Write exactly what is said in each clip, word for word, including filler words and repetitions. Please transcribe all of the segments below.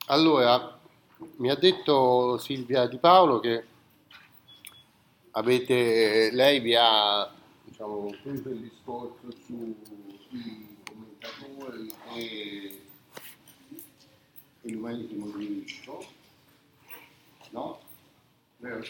Allora, mi ha detto Silvia Di Paolo che avete, lei vi ha, diciamo, preso il discorso su, sui commentatori e, e l'umanesimo giuridico, no? Vero?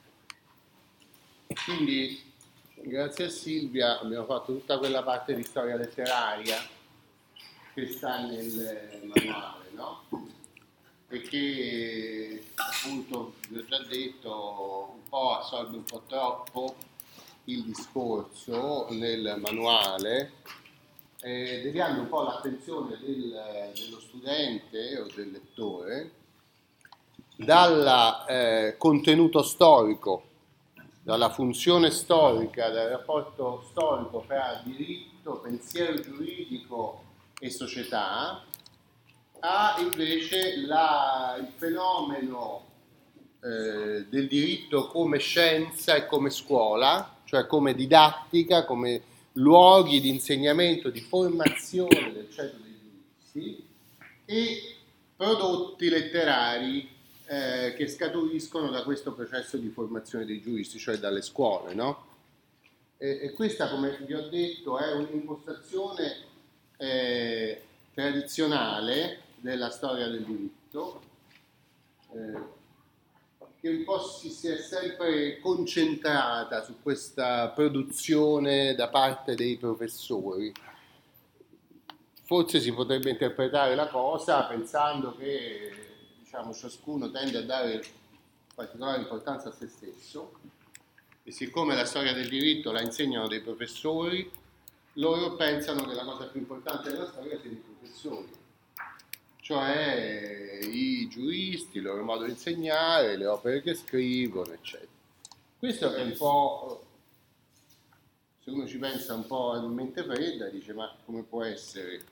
E quindi, grazie a Silvia, abbiamo fatto tutta quella parte di storia letteraria che sta nel manuale, no? E che appunto, vi ho già detto, un po' assorbe un po' troppo il discorso nel manuale, eh, deviando un po' l'attenzione del, dello studente o del lettore dal eh, contenuto storico, dalla funzione storica, dal rapporto storico tra diritto, pensiero giuridico e società, ha invece la, il fenomeno eh, del diritto come scienza e come scuola, cioè come didattica, come luoghi di insegnamento, di formazione del ceto dei giuristi, e prodotti letterari eh, che scaturiscono da questo processo di formazione dei giuristi, cioè dalle scuole, no? E, e questa, come vi ho detto, è un'impostazione eh, tradizionale della storia del diritto, eh, che un po' si, si è sempre concentrata su questa produzione da parte dei professori. Forse si potrebbe interpretare la cosa pensando che, diciamo, ciascuno tende a dare particolare importanza a se stesso, e siccome la storia del diritto la insegnano dei professori, loro pensano che la cosa più importante della storia sia dei professori, cioè i giuristi, il loro modo di insegnare, le opere che scrivono, eccetera. Questo è un po', se uno ci pensa un po' in mente fredda, dice: ma come può essere?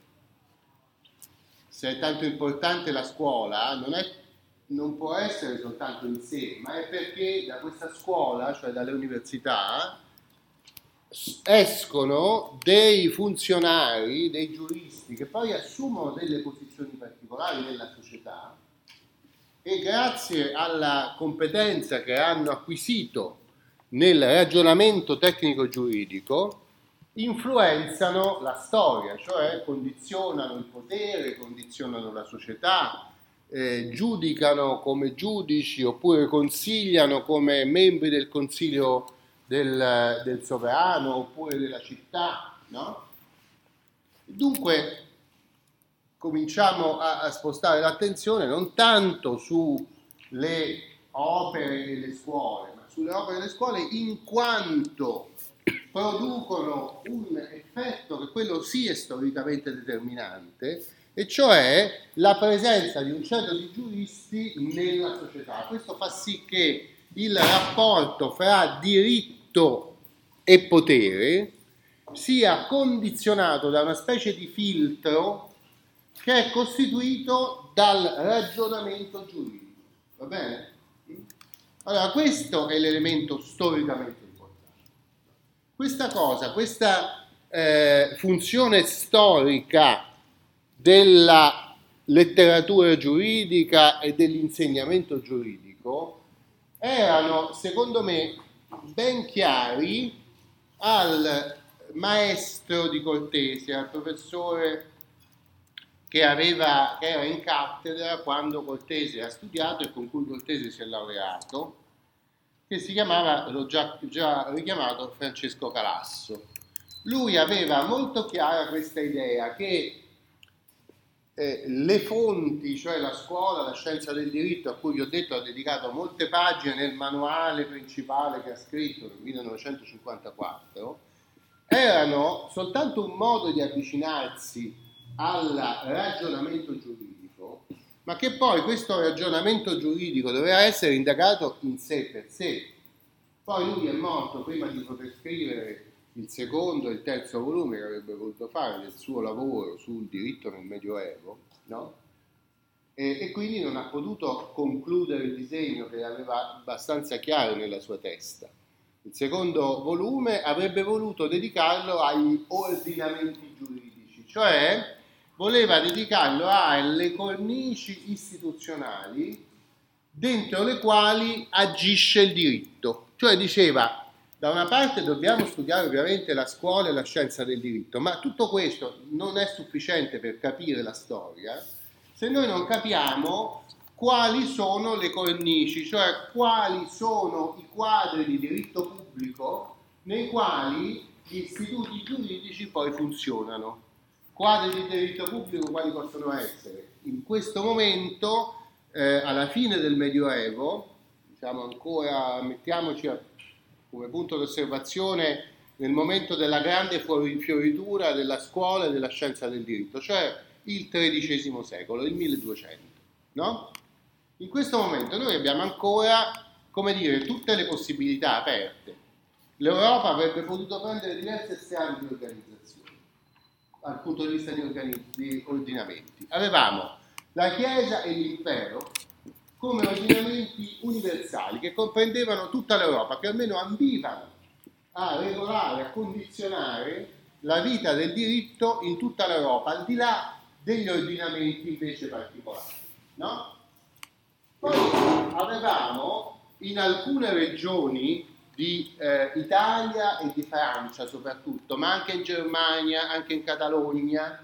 Se è tanto importante la scuola, non, è, non può essere soltanto in sé, ma è perché da questa scuola, cioè dalle università, escono dei funzionari, dei giuristi che poi assumono delle posizioni particolari nella società e grazie alla competenza che hanno acquisito nel ragionamento tecnico-giuridico influenzano la storia, cioè condizionano il potere, condizionano la società, eh, giudicano come giudici oppure consigliano come membri del consiglio del, del sovrano oppure della città, no? Dunque cominciamo a, a spostare l'attenzione non tanto sulle opere delle scuole, ma sulle opere delle scuole in quanto producono un effetto che quello sì è storicamente determinante, e cioè la presenza di un ceto di giuristi nella società. Questo fa sì che il rapporto fra diritto e potere sia condizionato da una specie di filtro che è costituito dal ragionamento giuridico. Va bene? Allora, questo è l'elemento storicamente importante. Questa cosa, questa eh, funzione storica della letteratura giuridica e dell'insegnamento giuridico erano, secondo me, ben chiari al maestro di Cortesia, al professore che, aveva, che era in cattedra quando Cortesia ha studiato e con cui Cortesia si è laureato, che si chiamava, l'ho già, già richiamato, Francesco Calasso. Lui aveva molto chiara questa idea che eh, le fonti, cioè la scuola, la scienza del diritto, a cui vi ho detto ha dedicato molte pagine nel manuale principale che ha scritto nel millenovecentocinquantaquattro, erano soltanto un modo di avvicinarsi al ragionamento giuridico, ma che poi questo ragionamento giuridico doveva essere indagato in sé per sé. Poi lui è morto prima di poter scrivere il secondo e il terzo volume che avrebbe voluto fare del suo lavoro sul diritto nel Medioevo, no? E, e quindi non ha potuto concludere il disegno che aveva abbastanza chiaro nella sua testa. Il secondo volume avrebbe voluto dedicarlo agli ordinamenti giuridici, cioè voleva dedicarlo alle cornici istituzionali dentro le quali agisce il diritto. Cioè diceva, da una parte dobbiamo studiare ovviamente la scuola e la scienza del diritto, ma tutto questo non è sufficiente per capire la storia se noi non capiamo quali sono le cornici, cioè quali sono i quadri di diritto pubblico nei quali gli istituti giuridici poi funzionano. Quadri di diritto pubblico quali possono essere? In questo momento, eh, alla fine del Medioevo, diciamo ancora, mettiamoci a, come punto d'osservazione nel momento della grande fioritura della scuola e della scienza del diritto, cioè il tredicesimo secolo, il milleduecento, no? In questo momento noi abbiamo ancora, come dire, tutte le possibilità aperte. L'Europa avrebbe potuto prendere diverse strade di organizzazione dal punto di vista di, organi- di ordinamenti. Avevamo la Chiesa e l'impero come ordinamenti universali che comprendevano tutta l'Europa, che almeno ambivano a regolare, a condizionare la vita del diritto in tutta l'Europa, al di là degli ordinamenti invece particolari, no? Poi avevamo in alcune regioni di eh, Italia e di Francia soprattutto, ma anche in Germania, anche in Catalogna,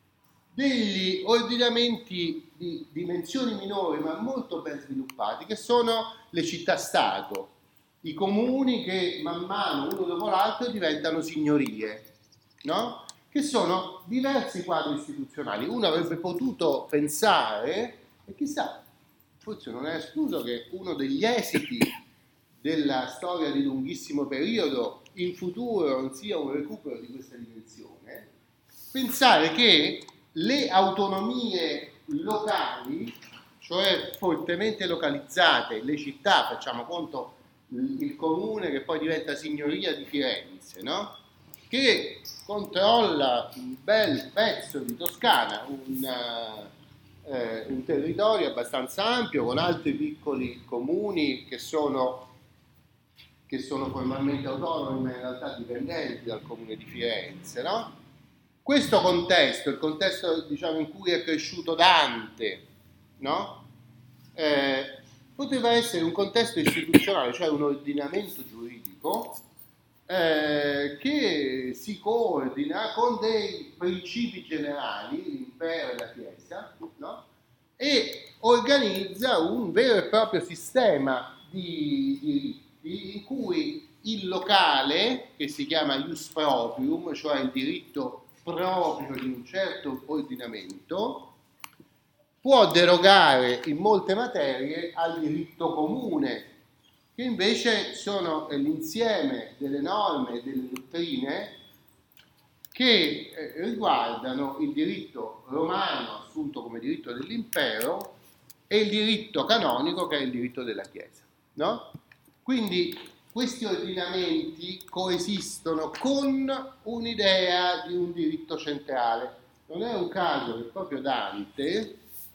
degli ordinamenti di dimensioni minori ma molto ben sviluppati, che sono le città-stato, i comuni che man mano uno dopo l'altro diventano signorie, no? Che sono diversi quadri istituzionali. Uno avrebbe potuto pensare, e chissà, forse non è escluso che uno degli esiti della storia di lunghissimo periodo in futuro non sia un recupero di questa dimensione, pensare che le autonomie locali, cioè fortemente localizzate, le città, facciamo conto il comune che poi diventa signoria di Firenze, no? Che controlla un bel pezzo di Toscana, un, eh, un territorio abbastanza ampio con altri piccoli comuni che sono, che sono formalmente autonomi ma in realtà dipendenti dal comune di Firenze, no? Questo contesto, il contesto diciamo in cui è cresciuto Dante, no? Eh, poteva essere un contesto istituzionale, cioè un ordinamento giuridico eh, che si coordina con dei principi generali, l'impero e la Chiesa, no? E organizza un vero e proprio sistema di diritti in cui il locale, che si chiama ius proprium, cioè il diritto proprio di un certo ordinamento, può derogare in molte materie al diritto comune, che invece sono l'insieme delle norme e delle dottrine che eh, riguardano il diritto romano assunto come diritto dell'impero e il diritto canonico che è il diritto della Chiesa, no? Quindi questi ordinamenti coesistono con un'idea di un diritto centrale. Non è un caso che proprio Dante,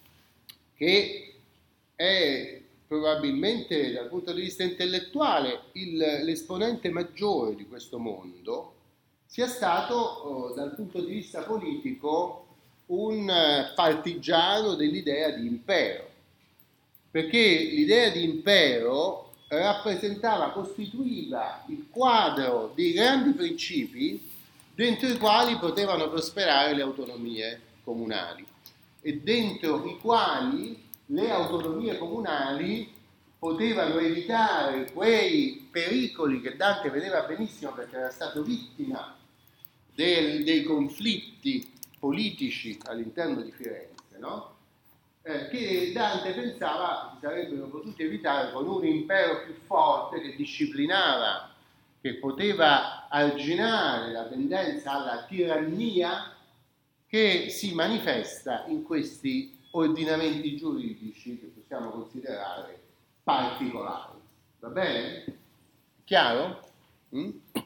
che è probabilmente dal punto di vista intellettuale il, l'esponente maggiore di questo mondo, sia stato oh, dal punto di vista politico un partigiano dell'idea di impero, perché l'idea di impero rappresentava, costituiva il quadro di grandi principi dentro i quali potevano prosperare le autonomie comunali e dentro i quali le autonomie comunali potevano evitare quei pericoli che Dante vedeva benissimo perché era stato vittima del, dei conflitti politici all'interno di Firenze, no? Eh, che Dante pensava si sarebbero potuti evitare con un impero più forte che disciplinava, che poteva arginare la tendenza alla tirannia che si manifesta in questi ordinamenti giuridici che possiamo considerare particolari. Va bene? Chiaro? Mm?